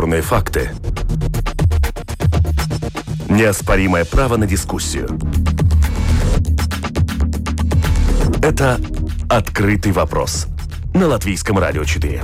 Бесспорные факты. Неоспоримое право на дискуссию. Это «Открытый вопрос» на Латвийском радио 4.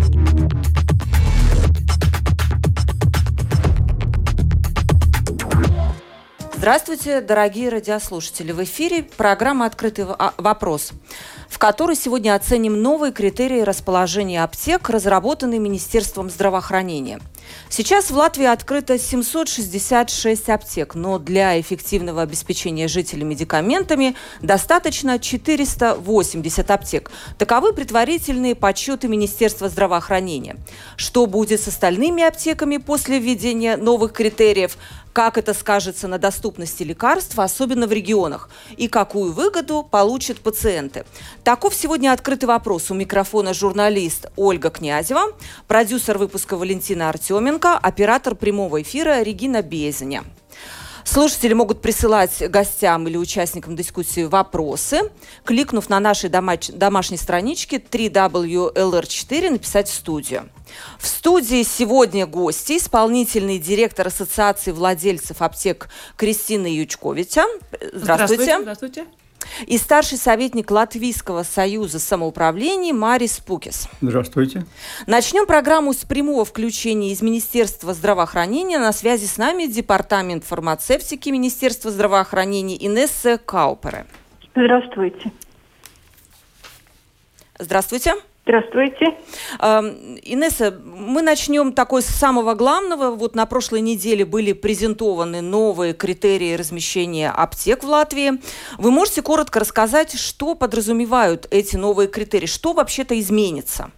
Здравствуйте, дорогие радиослушатели! В эфире программа «Открытый вопрос», в которой сегодня оценим новые критерии расположения аптек, разработанные Министерством здравоохранения. Сейчас в Латвии открыто 766 аптек, но для эффективного обеспечения жителей медикаментами достаточно 480 аптек. Таковы предварительные подсчеты Министерства здравоохранения. Что будет с остальными аптеками после введения новых критериев? Как это скажется на доступности лекарств, особенно в регионах? И какую выгоду получат пациенты? Таков сегодня «Открытый вопрос». У микрофона журналист Ольга Князева, продюсер выпуска Валентина Артеменко, оператор прямого эфира Регина Безеня. Слушатели могут присылать гостям или участникам дискуссии вопросы, кликнув на нашей домашней страничке www.lr4, написать в студию. В студии сегодня гости: исполнительный директор Ассоциации владельцев аптек Кристина Ючковича. Здравствуйте. Здравствуйте. И старший советник Латвийского союза самоуправления Марис Пукис. Здравствуйте. Начнем программу с прямого включения из Министерства здравоохранения. На связи с нами департамент фармацевтики Министерства здравоохранения Инесса Каупере. Здравствуйте. Здравствуйте. Здравствуйте. Инесса, мы начнем с самого главного. Вот на прошлой неделе были презентованы новые критерии размещения аптек в Латвии. Вы можете коротко рассказать, что подразумевают эти новые критерии? Что вообще-то изменится?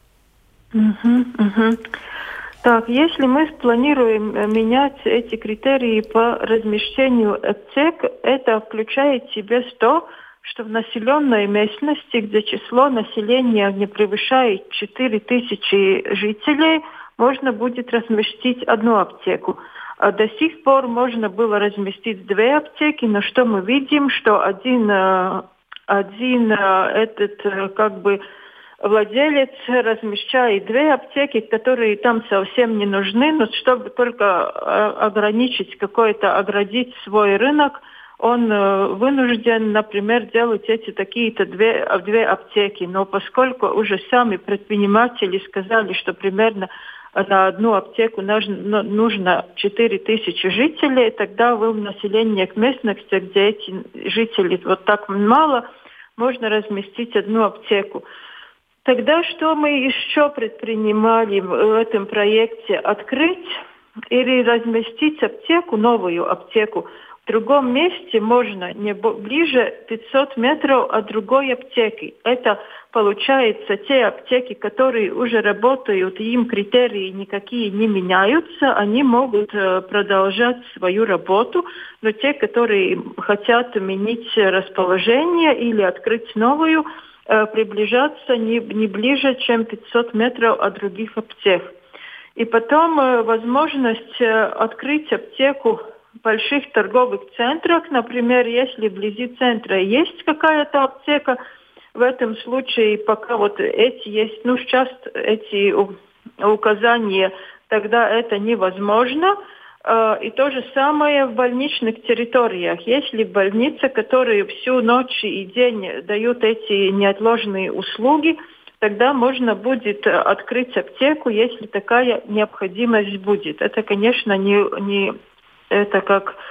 Так, если мы планируем менять эти критерии по размещению аптек, это включает в себя что в населенной местности, где число населения не превышает 4000 жителей, можно будет разместить одну аптеку. А до сих пор можно было разместить 2 аптеки, но что мы видим, что один владелец размещает 2 аптеки, которые там совсем не нужны, но чтобы только ограничить оградить свой рынок, он вынужден, например, делать такие-то 2 аптеки. Но поскольку уже сами предприниматели сказали, что примерно на одну аптеку нужно 4000 жителей, тогда в населениях местности, где эти жители вот так мало, можно разместить одну аптеку. Тогда что мы еще предпринимали в этом проекте? Открыть или разместить аптеку, новую аптеку, в другом месте можно не ближе 500 метров от другой аптеки. Это получается те аптеки, которые уже работают, им критерии никакие не меняются, они могут продолжать свою работу, но те, которые хотят менять расположение или открыть новую, приближаться не ближе, чем 500 метров от других аптек. И потом возможность открыть аптеку в больших торговых центрах, например, если вблизи центра есть какая-то аптека, в этом случае пока эти есть, сейчас эти указания, тогда это невозможно. И то же самое в больничных территориях. Если больницы, которые всю ночь и день дают эти неотложные услуги, тогда можно будет открыть аптеку, если такая необходимость будет. Это, конечно, это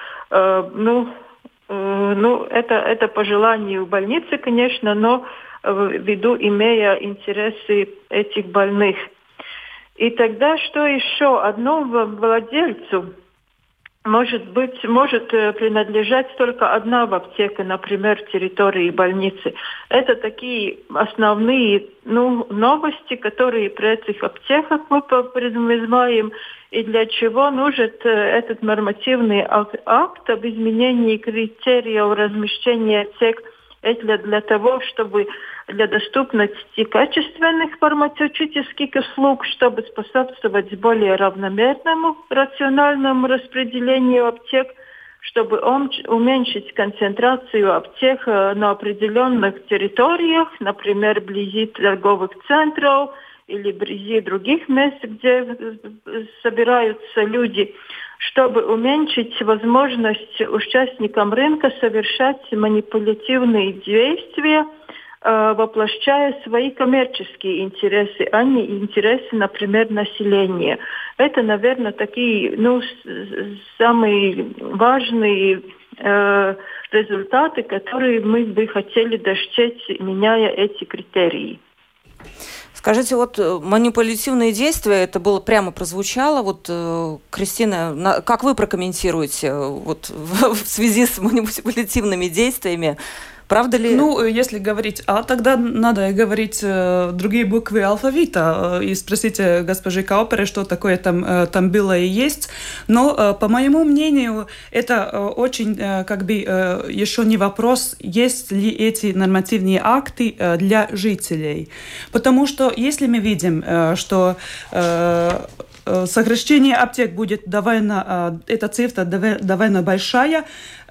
по желанию больницы, конечно, но имея интересы этих больных. И тогда что еще? Одному владельцу может принадлежать только одна аптека, например, территории больницы. Это такие основные новости, которые при этих аптеках мы предполагаем, и для чего нужен этот нормативный акт об изменении критериев размещения аптек. Это для того, чтобы для доступности качественных фармацевтических услуг, чтобы способствовать более равномерному, рациональному распределению аптек, чтобы уменьшить концентрацию аптек на определенных территориях, например, вблизи торговых центров или вблизи других мест, где собираются люди, чтобы уменьшить возможность участникам рынка совершать манипулятивные действия, воплощая свои коммерческие интересы, а не интересы, например, населения. Это, наверное, такие самые важные результаты, которые мы бы хотели достичь, меняя эти критерии. Скажите, вот манипулятивные действия, это было прямо прозвучало. Вот, Кристина, как вы прокомментируете вот, в связи с манипулятивными действиями? Правда ли? Ну, если говорить А, тогда надо говорить другие буквы алфавита и спросить госпожи Кауперы, что такое там было и есть. Но, по моему мнению, это очень еще не вопрос, есть ли эти нормативные акты для жителей. Потому что если мы видим, что сокращение аптек будет эта цифра довольно большая,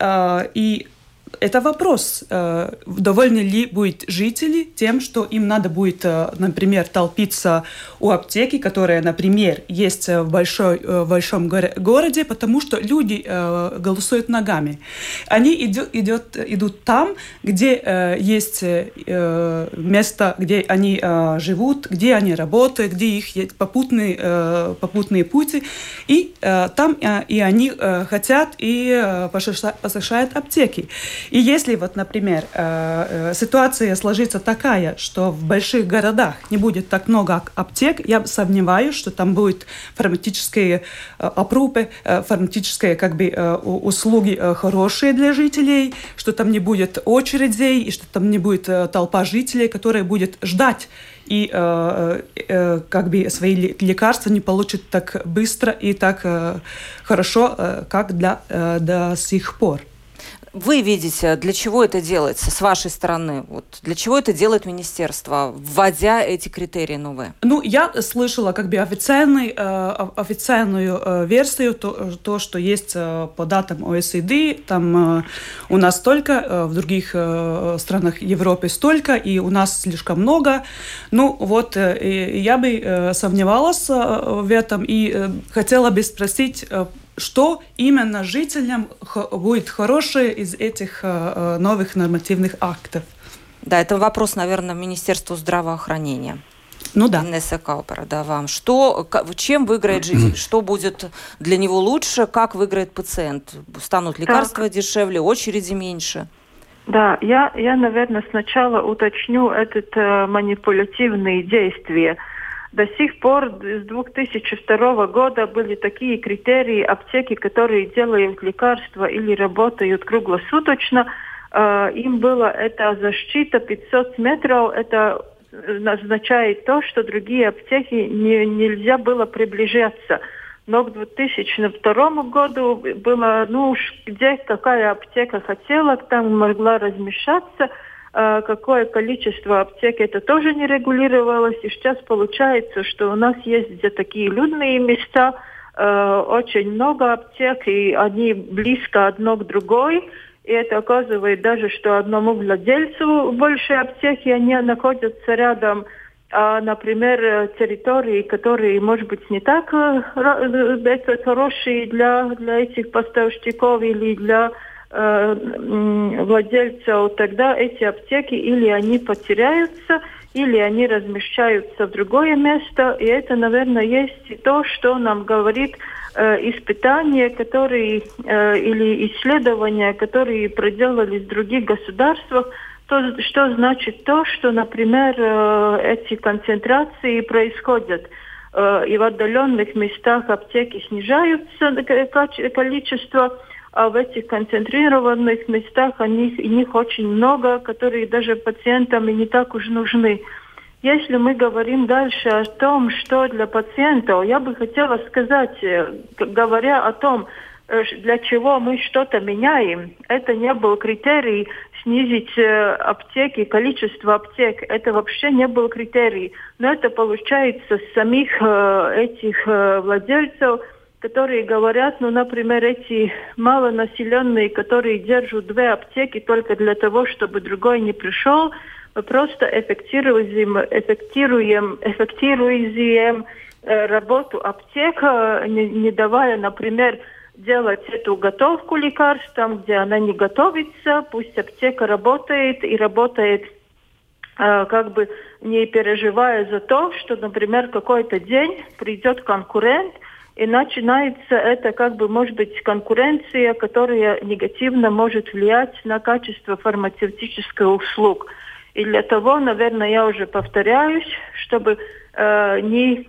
и это вопрос, довольны ли будут жители тем, что им надо будет, например, толпиться у аптеки, которая, например, есть в большом городе, потому что люди голосуют ногами. Они идут там, где есть место, где они живут, где они работают, где их есть попутные пути, и там и они хотят и посещают аптеки. И если, вот, например, ситуация сложится такая, что в больших городах не будет так много аптек, я сомневаюсь, что там будут фармацевтические опрупы, фармацевтические услуги хорошие для жителей, что там не будет очередей, и что там не будет толпа жителей, которая будет ждать и свои лекарства не получат так быстро и так хорошо, как до сих пор. Вы видите, для чего это делается с вашей стороны? Вот для чего это делает министерство, вводя эти критерии новые? Ну, я слышала официальную версию, то, что есть по датам ОСД, там у нас столько, в других странах Европы столько, и у нас слишком много. Ну, вот, я бы сомневалась в этом и хотела бы спросить, что именно жителям будет хорошее из этих новых нормативных актов? Да, это вопрос, наверное, Министерству здравоохранения. Ну да. Инесса Каупера, да, вам. Чем выиграет житель? Что будет для него лучше? Как выиграет пациент? Станут лекарства дешевле, очереди меньше? Да, я, наверное, сначала уточню манипулятивные действия. До сих пор с 2002 года были такие критерии аптеки, которые делают лекарства или работают круглосуточно. Им была эта защита 500 метров. Это означает то, что другие аптеки нельзя было приближаться. Но к 2002 году было, где какая аптека хотела, там могла размещаться. Какое количество аптек, это тоже не регулировалось. И сейчас получается, что у нас есть где такие людные места, очень много аптек, и они близко одно к другой. И это оказывает даже, что одному владельцу больше аптеки, они находятся рядом. А, например, территории, которые, может быть, не так хорошие для этих поставщиков или для владельцев, тогда эти аптеки или они потеряются, или они размещаются в другое место. И это, наверное, есть то, что нам говорит испытания, или исследования, которые проделали в других государствах. Что значит то, что, например, эти концентрации происходят. И в отдаленных местах аптеки снижаются количество, а в этих концентрированных местах их очень много, которые даже пациентам и не так уж нужны. Если мы говорим дальше о том, что для пациентов, я бы хотела сказать, говоря о том, для чего мы что-то меняем, это не был критерий снизить аптеки, количество аптек. Это вообще не был критерий. Но это получается с самих этих владельцев, которые говорят, например, эти малонаселенные, которые держат 2 аптеки только для того, чтобы другой не пришел. мы просто эффективируем работу аптек, не давая, например, делать эту готовку лекарств там, где она не готовится. Пусть аптека работает и работает как бы не переживая за то, что, например, какой-то день придет конкурент, и начинается это, как бы, может быть, конкуренция, которая негативно может влиять на качество фармацевтических услуг. И для того, наверное, я уже повторяюсь, чтобы не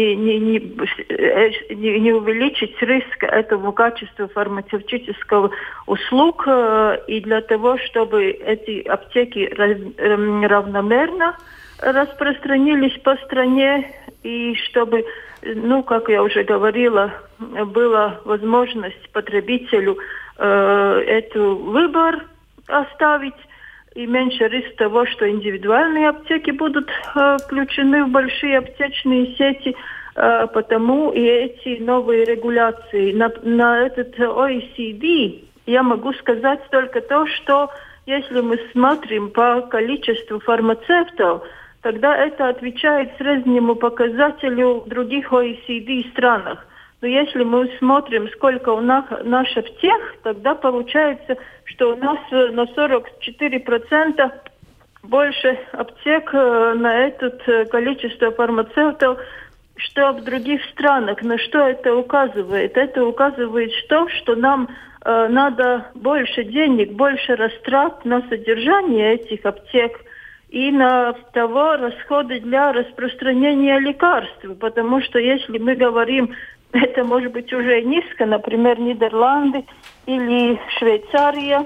увеличить риск этому качеству фармацевтических услуг, и для того, чтобы эти аптеки равномерно распространились по стране, и чтобы, как я уже говорила, была возможность потребителю эту выбор оставить, и меньше риск того, что индивидуальные аптеки будут включены в большие аптечные сети, потому и эти новые регуляции. На этот OECD я могу сказать только то, что если мы смотрим по количеству фармацевтов, тогда это отвечает среднему показателю в других OECD странах. Но если мы смотрим, сколько у нас аптек, тогда получается, что у нас на 44% больше аптек на это количество фармацевтов, что в других странах. На что это указывает? Это указывает что нам надо больше денег, больше растрат на содержание этих аптек и на того расходы для распространения лекарств. Потому что если мы говорим, это может быть уже низко, например, Нидерланды или Швейция,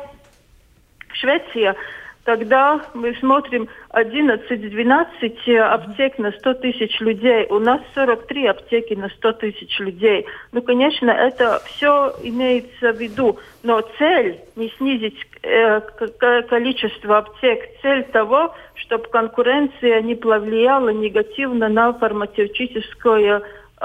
тогда мы смотрим 11-12 аптек на 100 тысяч людей. У нас 43 аптеки на 100 тысяч людей. Конечно, это все имеется в виду. Но цель не снизить количество аптек. Цель того, чтобы конкуренция не повлияла негативно на фармацевтические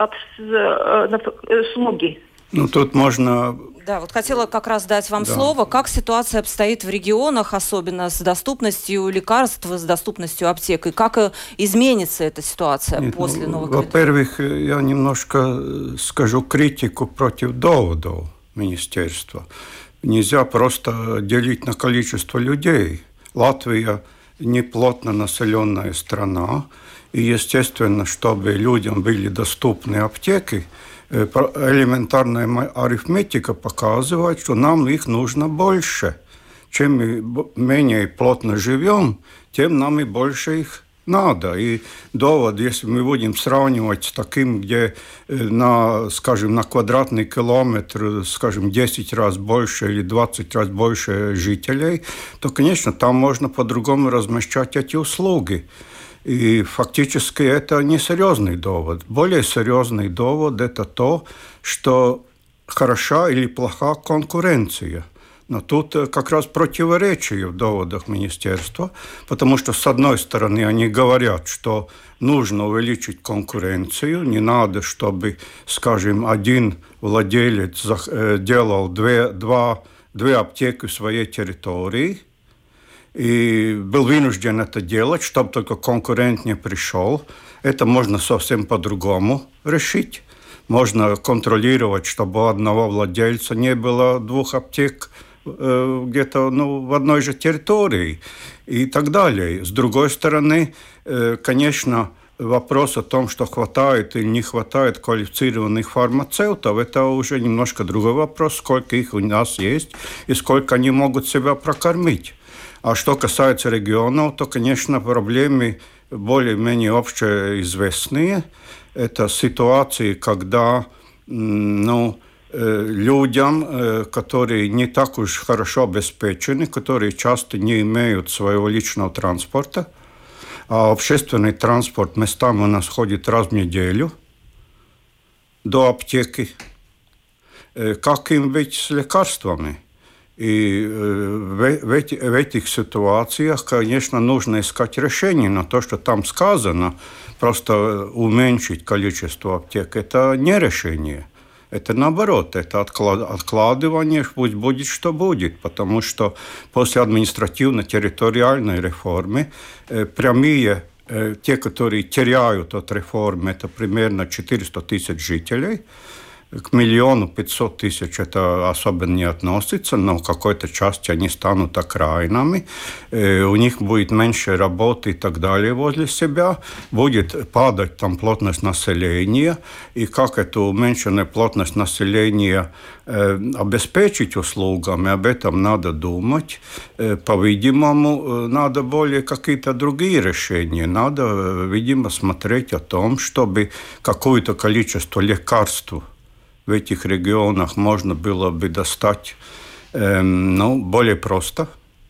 услуги. Тут можно... Да, хотела как раз дать вам слово. Как ситуация обстоит в регионах, особенно с доступностью лекарств, с доступностью аптек? И как изменится эта ситуация после новых критериев? Во-первых, я немножко скажу критику против доводов министерства. Нельзя просто делить на количество людей. Латвия не плотно населенная страна. И, естественно, чтобы людям были доступны аптеки, элементарная арифметика показывает, что нам их нужно больше. Чем мы менее плотно живем, тем нам и больше их надо. И довод, если мы будем сравнивать с таким, где на квадратный километр, 10 раз больше или 20 раз больше жителей, то, конечно, там можно по-другому размещать эти услуги. И фактически это не серьезный довод. Более серьезный довод – это то, что хороша или плоха конкуренция. Но тут как раз противоречие в доводах министерства, потому что, с одной стороны, они говорят, что нужно увеличить конкуренцию, не надо, чтобы, один владелец делал две аптеки в своей территории, и был вынужден это делать, чтобы только конкурент не пришел. Это можно совсем по-другому решить. Можно контролировать, чтобы у одного владельца не было двух аптек где-то в одной же территории и так далее. С другой стороны, конечно, вопрос о том, что хватает или не хватает квалифицированных фармацевтов, это уже немножко другой вопрос, сколько их у нас есть и сколько они могут себя прокормить. А что касается регионов, то, конечно, проблемы более-менее общеизвестные. Это ситуации, когда людям, которые не так уж хорошо обеспечены, которые часто не имеют своего личного транспорта, а общественный транспорт местами у нас ходит раз в неделю до аптеки. Как им быть с лекарствами? И в этих ситуациях, конечно, нужно искать решение, но то, что там сказано, просто уменьшить количество аптек, это не решение. Это наоборот, это откладывание, пусть будет, что будет, потому что после административно-территориальной реформы прямые, те, которые теряют от реформы, это примерно 400 тысяч жителей. К 1 500 000 это особенно не относится, но в какой-то части они станут окраинами. У них будет меньше работы и так далее возле себя. Будет падать там плотность населения. И как эту уменьшенную плотность населения обеспечить услугами, об этом надо думать. По-видимому, надо более какие-то другие решения. Надо, видимо, смотреть о том, чтобы какое-то количество лекарств в этих регионах можно было бы достать более просто,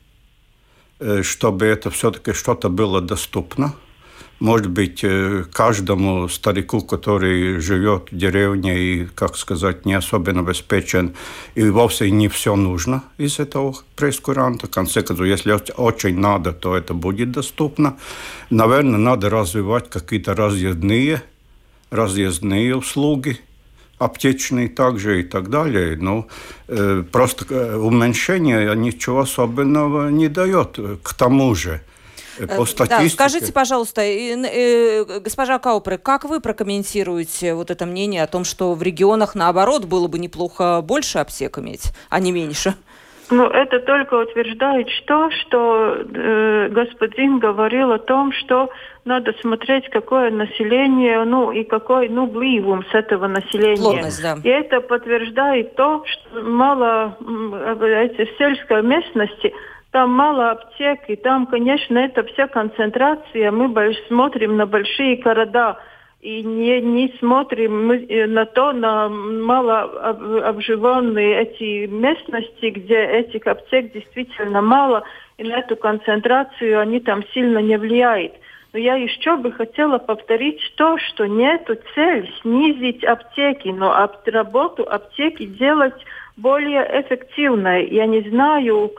чтобы это все-таки что-то было доступно. Может быть, каждому старику, который живет в деревне и, как сказать, не особенно обеспечен, и вовсе не все нужно из этого прейскуранта. В конце концов, если очень надо, то это будет доступно. Наверное, надо развивать какие-то разъездные услуги, аптечные также и так далее. Но просто уменьшение ничего особенного не дает. К тому же, по статистике... Да, скажите, пожалуйста, госпожа Каупре, как вы прокомментируете вот это мнение о том, что в регионах, наоборот, было бы неплохо больше аптек иметь, а не меньше? Это только утверждает что господин говорил о том, что надо смотреть, какое население, и какой, ближний с этого населения. Плотность, да. И это подтверждает то, что мало в сельской местности, там мало аптек, и там, конечно, это вся концентрация. Мы смотрим на большие города и не смотрим на мало обживанные эти местности, где этих аптек действительно мало, и на эту концентрацию они там сильно не влияют. Но я еще бы хотела повторить то, что нету цели снизить аптеки, но работу аптеки делать более эффективной. Я не знаю,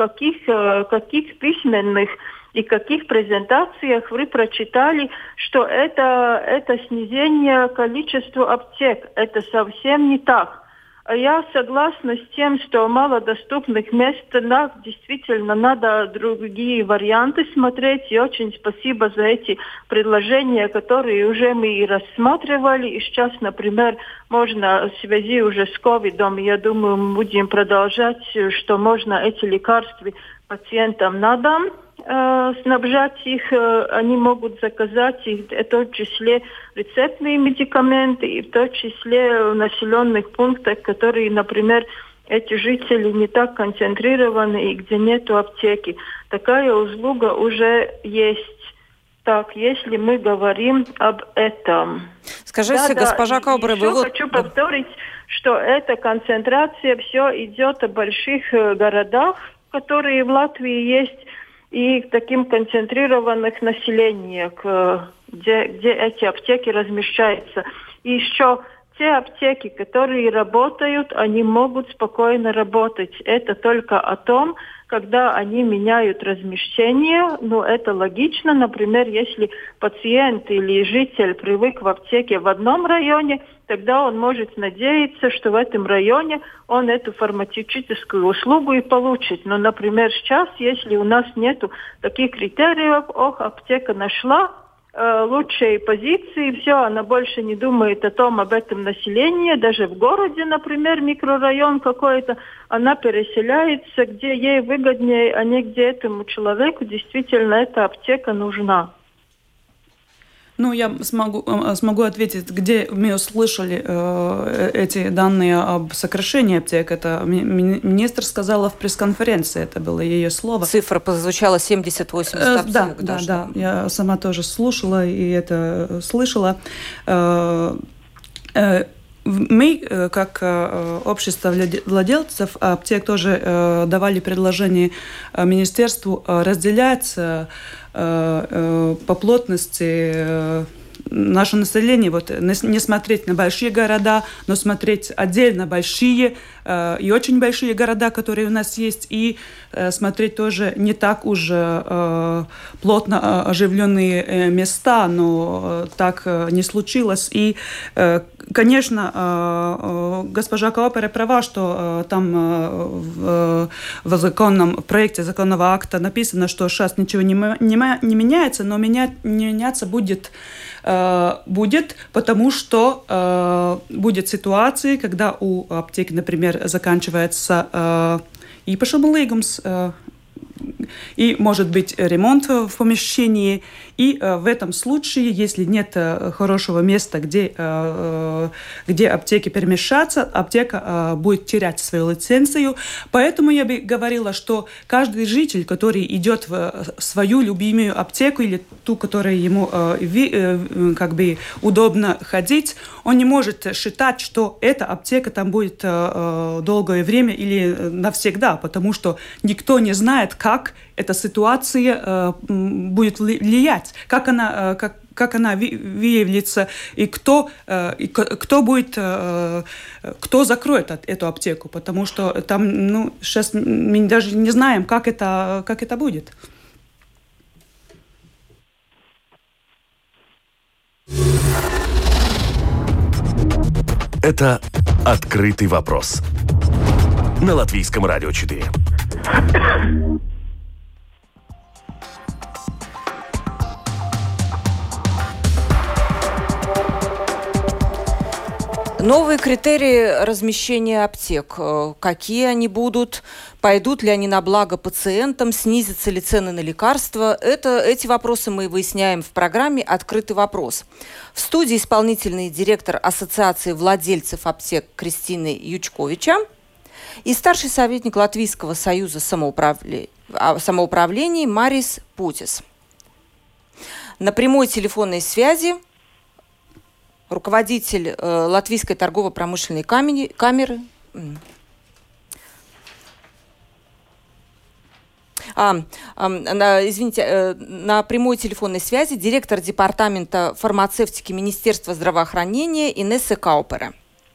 каких письменных и каких презентациях вы прочитали, что это снижение количества аптек. Это совсем не так. Я согласна с тем, что мало доступных мест, действительно надо другие варианты смотреть. И очень спасибо за эти предложения, которые уже мы и рассматривали. И сейчас, например, можно в связи уже с ковидом, я думаю, мы будем продолжать, что можно эти лекарства пациентам на дом снабжать их, они могут заказать их, в том числе рецептные медикаменты, и в том числе в населенных пунктах, которые, например, эти жители не так концентрированы и где нету аптеки. Такая услуга уже есть. Так, если мы говорим об этом. Скажите, госпожа Каупре, вы хочу повторить, что эта концентрация все идет о больших городах, которые в Латвии есть, и к таким концентрированных населениях, где эти аптеки размещаются. И еще те аптеки, которые работают, они могут спокойно работать. Это только о том, когда они меняют размещение, это логично. Например, если пациент или житель привык в аптеке в одном районе, тогда он может надеяться, что в этом районе он эту фармацевтическую услугу и получит. Но, например, сейчас, если у нас нету таких критериев, аптека нашла лучшие позиции, все, она больше не думает об этом населении, даже в городе, например, микрорайон какой-то, она переселяется, где ей выгоднее, а не где этому человеку действительно эта аптека нужна. Я смогу ответить, где мы услышали эти данные об сокращении аптек. Это министр сказала в пресс-конференции, это было ее слово. Цифра прозвучала 70-80 аптек. Да, я сама тоже слушала и это слышала. Мы, как общество владельцев аптек, тоже давали предложение министерству разделять по плотности наше население вот, не смотреть на большие города, но смотреть отдельно большие и очень большие города, которые у нас есть, и смотреть тоже не так уж плотно оживленные места, но так не случилось. И, конечно, госпожа Каупера права, что там в законном проекте законного акта написано, что сейчас ничего не меняется, но меняться будет, потому что будет ситуации, когда у аптеки, например, заканчивается īpašuma līgums, и может быть ремонт в помещении. И в этом случае, если нет хорошего места, где аптеки перемещаться, аптека будет терять свою лицензию. Поэтому я бы говорила, что каждый житель, который идет в свою любимую аптеку или ту, которая ему как бы удобно ходить, он не может считать, что эта аптека там будет долгое время или навсегда, потому что никто не знает, как эта ситуация будет влиять, как она выявится и кто закроет эту аптеку, потому что там, сейчас мы даже не знаем, как это будет. Это «Открытый вопрос» на Латвийском радио 4. Новые критерии размещения аптек. Какие они будут? Пойдут ли они на благо пациентам? Снизятся ли цены на лекарства? Эти вопросы мы выясняем в программе «Открытый вопрос». В студии исполнительный директор Ассоциации владельцев аптек Кристина Ючковича и старший советник Латвийского союза самоуправления Марис Путис. На прямой телефонной связи руководитель Латвийской торгово-промышленной камеры. На прямой телефонной связи директор департамента фармацевтики Министерства здравоохранения Инесса Каупера.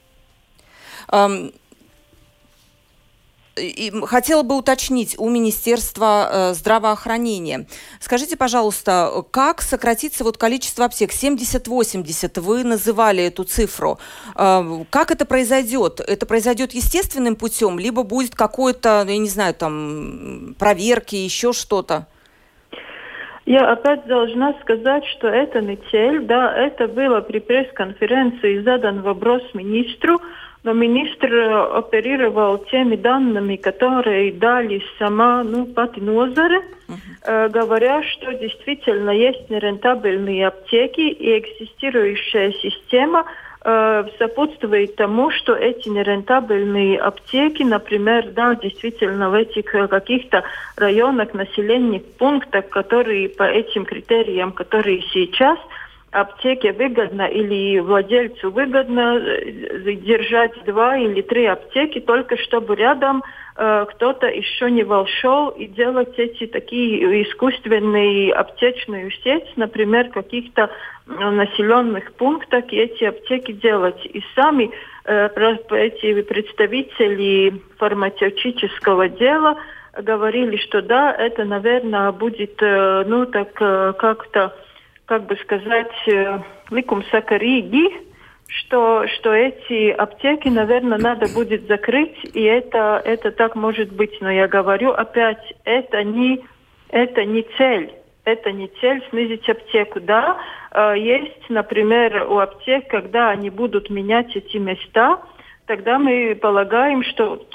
И хотела бы уточнить у Министерства здравоохранения. Скажите, пожалуйста, как сократится количество аптек? 70-80, вы называли эту цифру. Как это произойдет? Это произойдет естественным путем, либо будет какой-то, я не знаю, проверки, еще что-то? Я опять должна сказать, что это не цель. Да, это было при пресс-конференции задан вопрос министру, но министр оперировал теми данными, которые дали сама пати нозаре, говоря, что действительно есть нерентабельные аптеки, и экзистирующая система сопутствует тому, что эти нерентабельные аптеки, например, действительно в этих каких-то районах, населенных пунктах, которые по этим критериям, которые сейчас аптеке выгодно или владельцу выгодно держать 2 или 3 аптеки, только чтобы рядом кто-то еще не вошел и делать эти такие искусственные аптечную сеть, например, в каких-то населенных пунктах, и эти аптеки делать. И сами эти представители фармацевтического дела говорили, что да, это, наверное, будет, как-то, как бы сказать, ликумсакарīgi, что эти аптеки, наверное, надо будет закрыть, и это так может быть. Но я говорю опять, это не цель. Это не цель снизить аптеку. Да, есть, например, у аптек, когда они будут менять эти места, тогда мы полагаем, что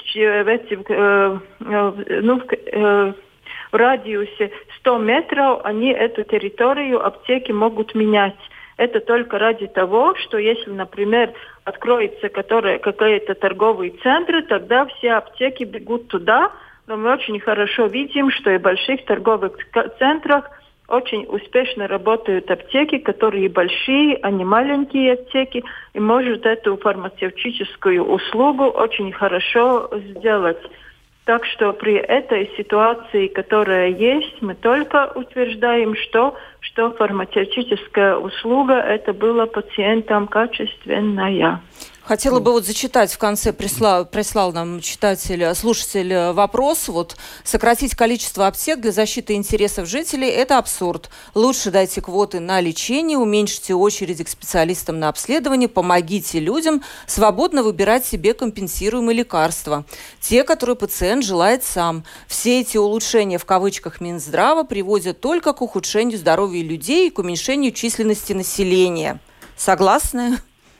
в радиусе 100 метров они эту территорию аптеки могут менять. Это только ради того, что если, например, откроется какой-то торговый центр, тогда все аптеки бегут туда. Но мы очень хорошо видим, что и в больших торговых центрах очень успешно работают аптеки, которые большие, а не маленькие аптеки, и может эту фармацевтическую услугу очень хорошо сделать. Так что при этой ситуации, которая есть, мы только утверждаем, что фармацевтическая услуга это была пациентам качественная. Хотела бы зачитать в конце, прислал нам слушатель вопрос. Сократить количество аптек для защиты интересов жителей – это абсурд. Лучше дайте квоты на лечение, уменьшите очереди к специалистам на обследование, помогите людям свободно выбирать себе компенсируемые лекарства. Те, которые пациент желает сам. Все эти улучшения в кавычках Минздрава приводят только к ухудшению здоровья людей и к уменьшению численности населения. Согласны?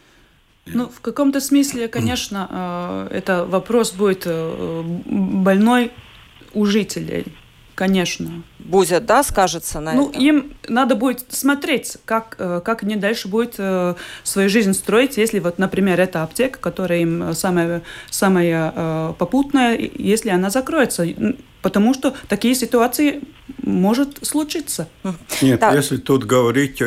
В каком-то смысле, конечно, это вопрос будет больной у жителей, конечно. Будет, да, скажется на это? Им надо будет смотреть, как они дальше будут свою жизнь строить, если, например, эта аптека, которая им самая попутная, если она закроется. Потому что такие ситуации может случиться. Нет, так. Если тут говорить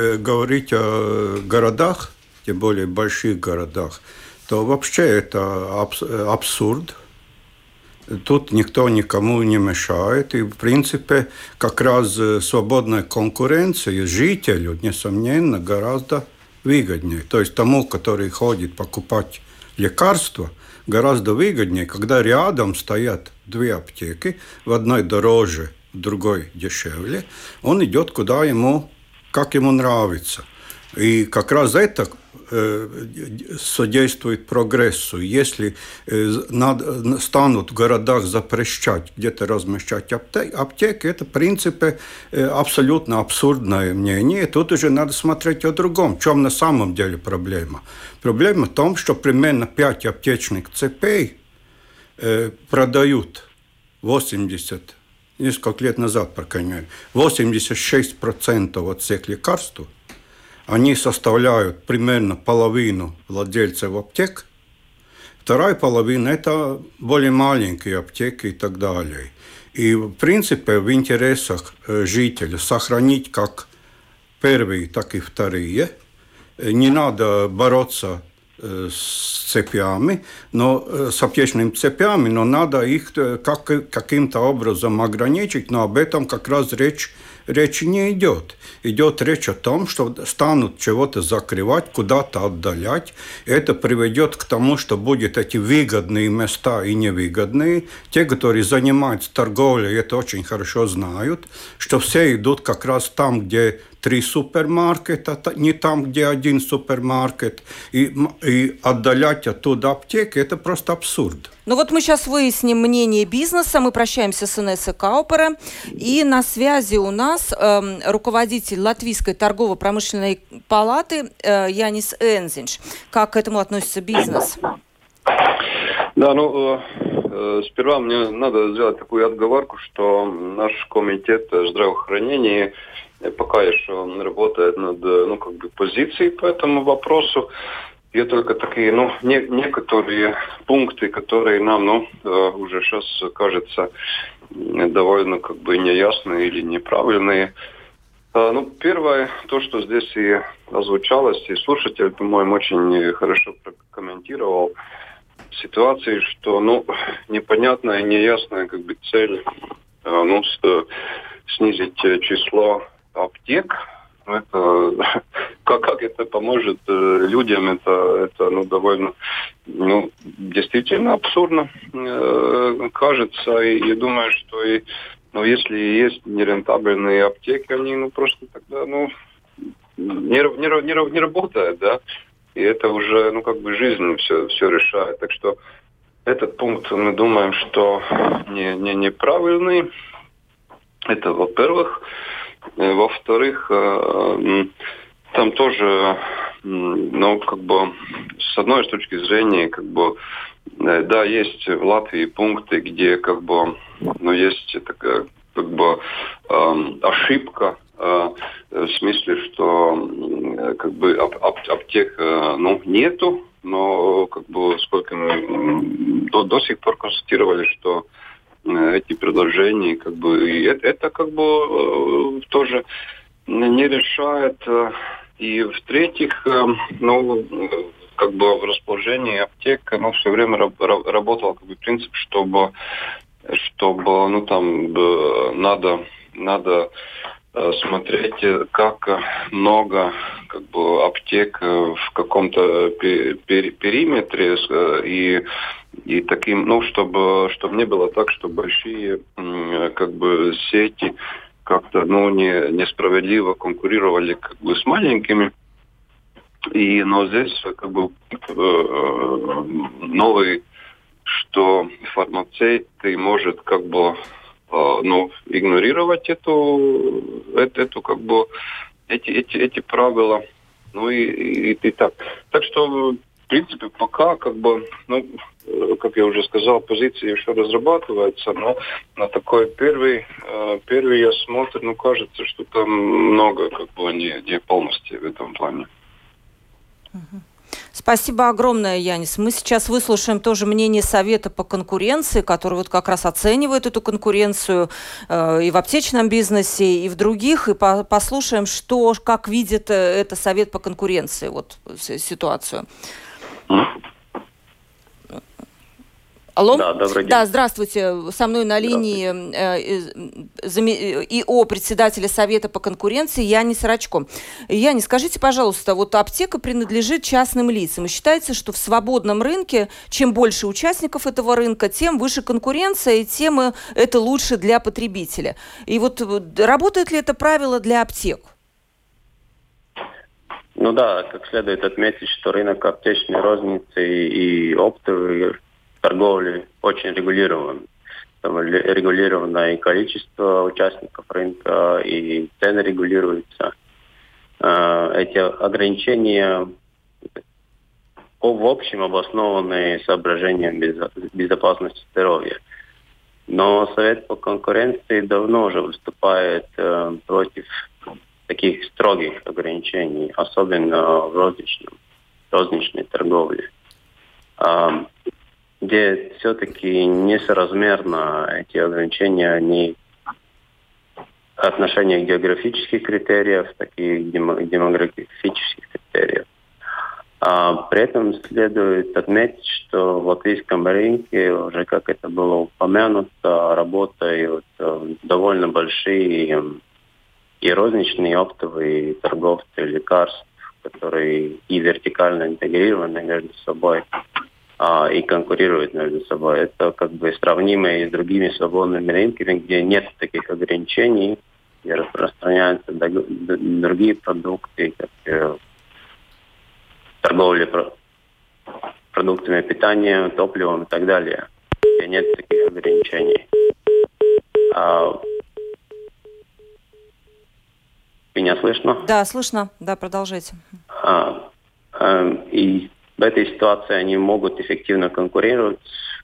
о городах, тем более в больших городах, то вообще это абсурд. Тут никто никому не мешает. И, в принципе, как раз свободная конкуренция жителю, несомненно, гораздо выгоднее. То есть тому, который ходит покупать лекарства, гораздо выгоднее, когда рядом стоят две аптеки, в одной дороже, в другой дешевле. Он идет как ему нравится. И как раз это содействует прогрессу. Если станут в городах запрещать где-то размещать аптеки, это, в принципе, абсолютно абсурдное мнение. Тут уже надо смотреть о другом. В чем на самом деле проблема? Проблема в том, что примерно 5 аптечных цепей продают несколько лет назад, по крайней мере, 86% от всех лекарств. Они составляют примерно половину владельцев аптек. Вторая половина – это более маленькие аптеки и так далее. И, в принципе, в интересах жителей сохранить как первые, так и вторые. Не надо бороться с цепями, с аптечными цепями, но надо их каким-то образом ограничить, но об этом как раз речи не идет. Идет речь о том, что станут чего-то закрывать, куда-то отдалять. Это приведет к тому, что будут эти выгодные места и невыгодные. Те, которые занимаются торговлей, это очень хорошо знают, что все идут как раз там, где 3 супермаркета, не там, где 1 супермаркет. И отдалять оттуда аптеки – это просто абсурд. Мы сейчас выясним мнение бизнеса. Мы прощаемся с Инессой Каупера. И на связи у нас руководитель Латвийской торгово-промышленной палаты Янис Энзинш. Как к этому относится бизнес? Да, сперва мне надо сделать такую отговорку, что наш комитет здравоохранения пока еще работает над позицией по этому вопросу. И только такие, некоторые пункты, которые нам, уже сейчас кажется довольно неясные или неправильные. Первое, то, что здесь и озвучалось, и слушатель, по-моему, очень хорошо прокомментировал ситуации, что, непонятная и неясная цель, снизить число аптек. Это, как это поможет людям, это довольно, действительно абсурдно кажется. И я думаю, что если есть нерентабельные аптеки, они просто тогда не работают, да. И это уже жизнь все решает. Так что этот пункт мы думаем, что неправильный. Это во-первых. Во-вторых, там тоже, с одной точки зрения, да, есть в Латвии пункты, где, есть такая, ошибка, в смысле, что, аптек, нету, но, сколько мы до сих пор констатировали, что эти предложения, и это тоже не решает. И в-третьих, в расположении аптек, все время работал принцип, чтобы чтобы, надо смотреть, как много аптек в каком-то периметре и таким, чтобы не было так, что большие сети как-то несправедливо конкурировали с маленькими. Но здесь новый, что фармацевты может игнорировать эти правила. И так. Так что, в принципе, пока, как я уже сказал, позиции еще разрабатываются, но на такой первый осмотр, кажется, что там много, не полностью в этом плане. Спасибо огромное, Янис. Мы сейчас выслушаем тоже мнение Совета по конкуренции, который вот как раз оценивает эту конкуренцию и в аптечном бизнесе, и в других, и послушаем, как видит это Совет по конкуренции ситуацию. Алло? Да, добрый день. Да, здравствуйте. Со мной на линии ИО председателя Совета по конкуренции Янис Рачко. Янис, скажите, пожалуйста, аптека принадлежит частным лицам. И считается, что в свободном рынке, чем больше участников этого рынка, тем выше конкуренция, и тем это лучше для потребителя. И работает ли это правило для аптек? Как следует отметить, что рынок аптечной розницы и оптовой торговли очень регулирован. Там регулировано и количество участников рынка, и цены регулируются. Эти ограничения в общем обоснованы соображением безопасности здоровья. Но Совет по конкуренции давно уже выступает против таких строгих ограничений, особенно в розничной торговле, где все-таки несоразмерно эти ограничения не отношения географических критериев, так и демографических критериев. При этом следует отметить, что в латвийском рынке, уже как это было упомянуто, работают довольно большие и розничные, и оптовые торговцы лекарств, которые и вертикально интегрированы между собой, и конкурируют между собой. Это сравнимо и с другими свободными рынками, где нет таких ограничений, где распространяются другие продукты, как торговля продуктами питания, топливом и так далее, где нет таких ограничений. Меня слышно? Да, слышно. Да, продолжайте. И в этой ситуации они могут эффективно конкурировать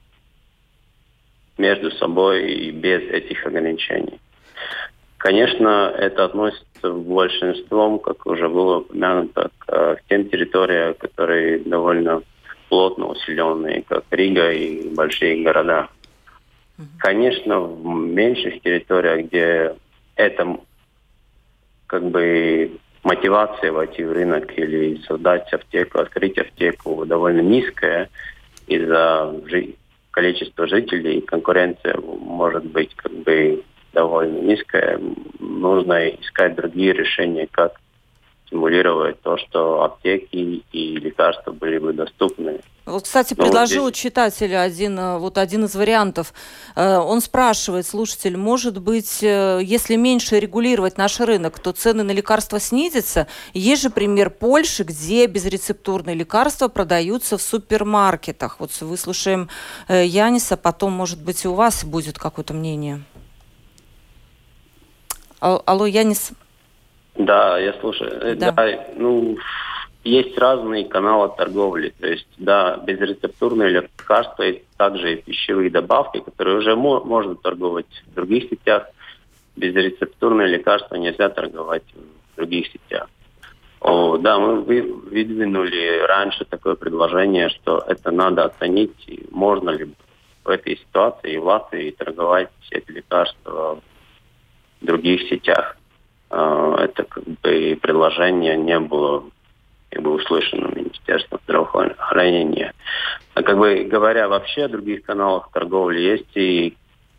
между собой и без этих ограничений. Конечно, это относится большинством, как уже было упомянуто, к тем территориям, которые довольно плотно усиленные, как Рига и большие города. Конечно, в меньших территориях, где это мотивация войти в рынок или создать аптеку, открыть аптеку довольно низкая из-за количества жителей, конкуренция может быть довольно низкая. Нужно искать другие решения, как стимулировать то, что аптеки и лекарства были бы доступны. Кстати, предложил читателю один из вариантов. Он спрашивает, слушатель, может быть, если меньше регулировать наш рынок, то цены на лекарства снизятся? Есть же пример Польши, где безрецептурные лекарства продаются в супермаркетах. Выслушаем Яниса, потом, может быть, и у вас будет какое-то мнение. Алло, Янис? Да, я слушаю. Да, есть разные каналы торговли. То есть, безрецептурные лекарства и также пищевые добавки, которые уже можно торговать в других сетях. Безрецептурные лекарства нельзя торговать в других сетях. Мы выдвинули раньше такое предложение, что это надо оценить, можно ли в этой ситуации в Латвии торговать эти лекарства в других сетях. Это предложение не было услышано Министерством здравоохранения. Говоря вообще о других каналах торговли, есть и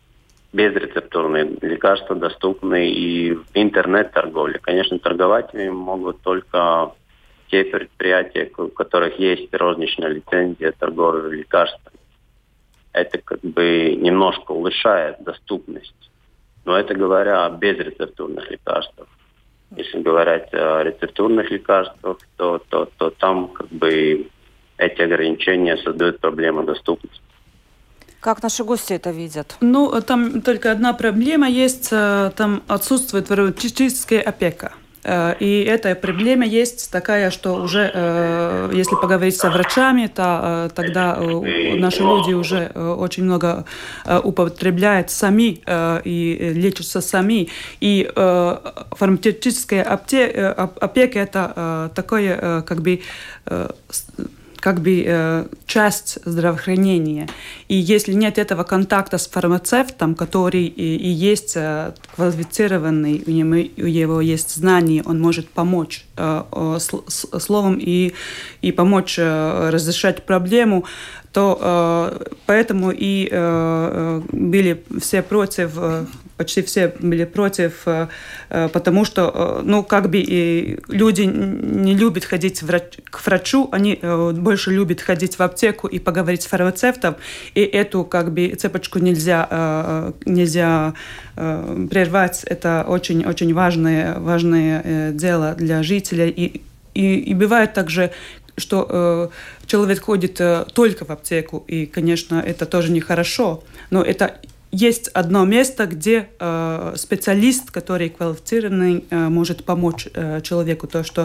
безрецептурные лекарства доступны и в интернет-торговле. Конечно, торговать ими могут только те предприятия, у которых есть розничная лицензия торговли лекарствами. Это как бы немножко улучшает доступность. Но это говоря о безрецептурных лекарствах. Если говорить о рецептурных лекарствах, то там как бы эти ограничения создают проблему доступности. Как наши гости это видят? Ну, там только одна проблема есть, там отсутствует фармацевтическая опека. И эта проблема есть такая, что уже, если поговорить со врачами, то тогда наши люди уже очень много употребляют сами и лечатся сами. И фармацевтическая опека – это такое как бы часть здравоохранения. И если нет этого контакта с фармацевтом, который и есть квалифицированный, у него есть знания, он может помочь словом и помочь разрешать проблему, то поэтому и были все против, почти все были против, потому что, ну, как бы люди не любят ходить к врачу, они больше любят ходить в аптеку и поговорить с фармацевтом, и эту, как бы, цепочку нельзя прервать. Это очень важное дело для жителей. И бывает также, что человек ходит только в аптеку, и, конечно, это тоже нехорошо, но это есть одно место, где специалист, который квалифицированный, может помочь человеку. То, что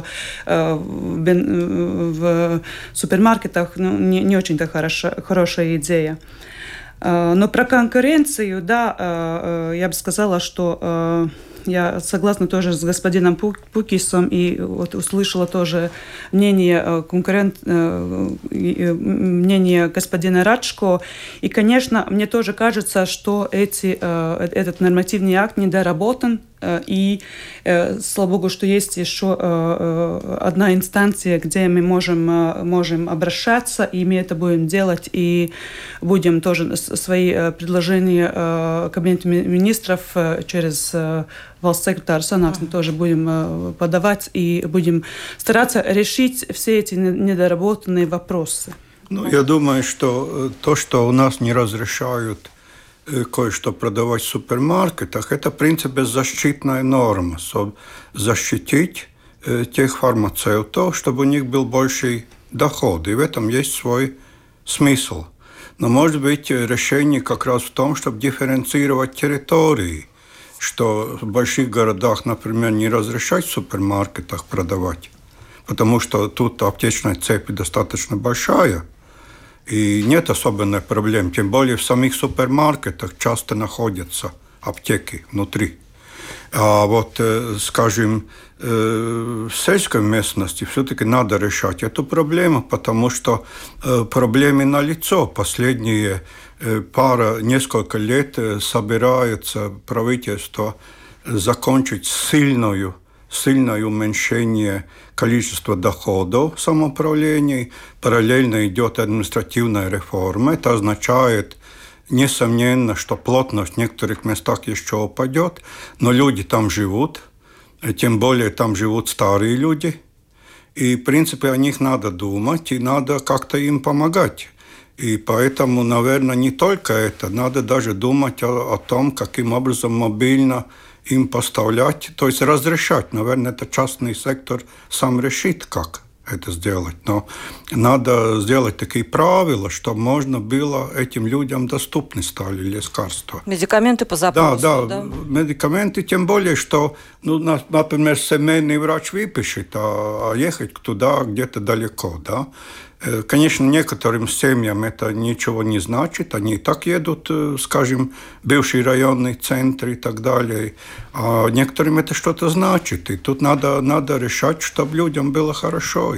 в супермаркетах не очень-то хорошая идея. Но про конкуренцию, да, я бы сказала, что я согласна тоже с господином Пукисом и вот услышала тоже мнение мнение господина Радшко. И, конечно, мне тоже кажется, что этот нормативный акт недоработан. И слава богу, что есть еще одна инстанция, где мы можем обращаться, и мы это будем делать, и будем тоже свои предложения Кабинету министров через Valsts-sekretāra sanāksmi тоже будем подавать, и будем стараться решить все эти недоработанные вопросы. Ну, я думаю, что то, что у нас не разрешают кое-что продавать в супермаркетах, это, в принципе, защитная норма, чтобы защитить тех фармацевтов, чтобы у них был больший доход. И в этом есть свой смысл. Но, может быть, решение как раз в том, чтобы дифференцировать территории, что в больших городах, например, не разрешать в супермаркетах продавать, потому что тут аптечная цепь достаточно большая, и нет особенной проблем. Тем более в самих супермаркетах часто находятся аптеки внутри. А вот, скажем, в сельской местности все-таки надо решать эту проблему, потому что проблемы налицо. Последние несколько лет собирается правительство закончить сильное уменьшение количества доходов самоуправлений. Параллельно идет административная реформа. Это означает, несомненно, что плотность в некоторых местах еще упадет, но люди там живут, тем более там живут старые люди. И, в принципе, о них надо думать, и надо как-то им помогать. И поэтому, наверное, не только это, надо даже думать о том, каким образом мобильно им поставлять, то есть разрешать. Наверное, это частный сектор сам решит, как это сделать. Но надо сделать такие правила, чтобы можно было этим людям доступны стали лекарства. Медикаменты по запросу. Да, медикаменты, тем более, что, например, семейный врач выпишет, а ехать туда где-то далеко, да. Конечно, некоторым семьям это ничего не значит. Они и так едут, скажем, в бывший районный центр и так далее. А некоторым это что-то значит. И тут надо решать, чтобы людям было хорошо.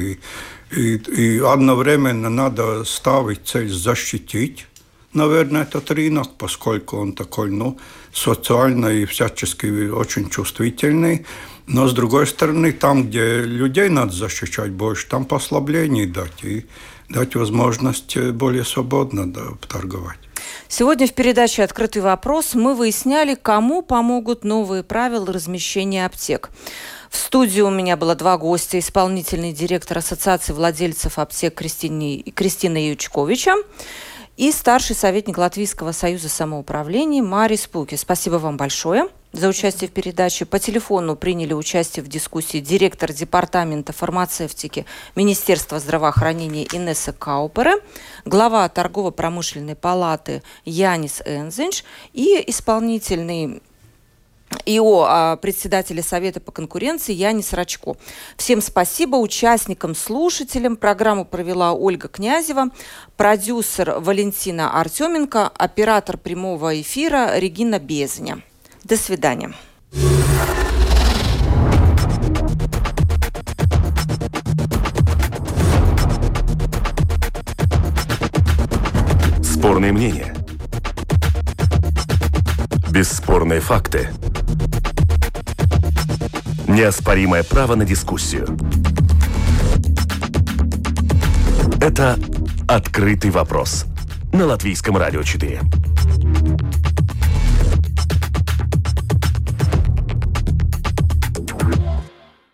И одновременно надо ставить цель защитить, наверное, этот рынок, поскольку он такой, социально и всячески очень чувствительный. Но, с другой стороны, там, где людей надо защищать больше, там послаблений дать и дать возможность более свободно торговать. Сегодня в передаче «Открытый вопрос» мы выясняли, кому помогут новые правила размещения аптек. В студии у меня было два гостя: исполнительный директор Ассоциации владельцев аптек Кристина Ячковича и старший советник Латвийского союза самоуправления Марис Пуки. Спасибо вам большое за участие в передаче. По телефону приняли участие в дискуссии директор департамента фармацевтики Министерства здравоохранения Инесса Каупере, глава торгово-промышленной палаты Янис Энзинш и исполнительный ИО председателя Совета по конкуренции Янис Рачко. Всем спасибо. Участникам, слушателям программу провела Ольга Князева, продюсер Валентина Артеменко, оператор прямого эфира Регина Безня. До свидания. Спорные мнения. Бесспорные факты. Неоспоримое право на дискуссию. Это «Открытый вопрос» на Латвийском радио 4.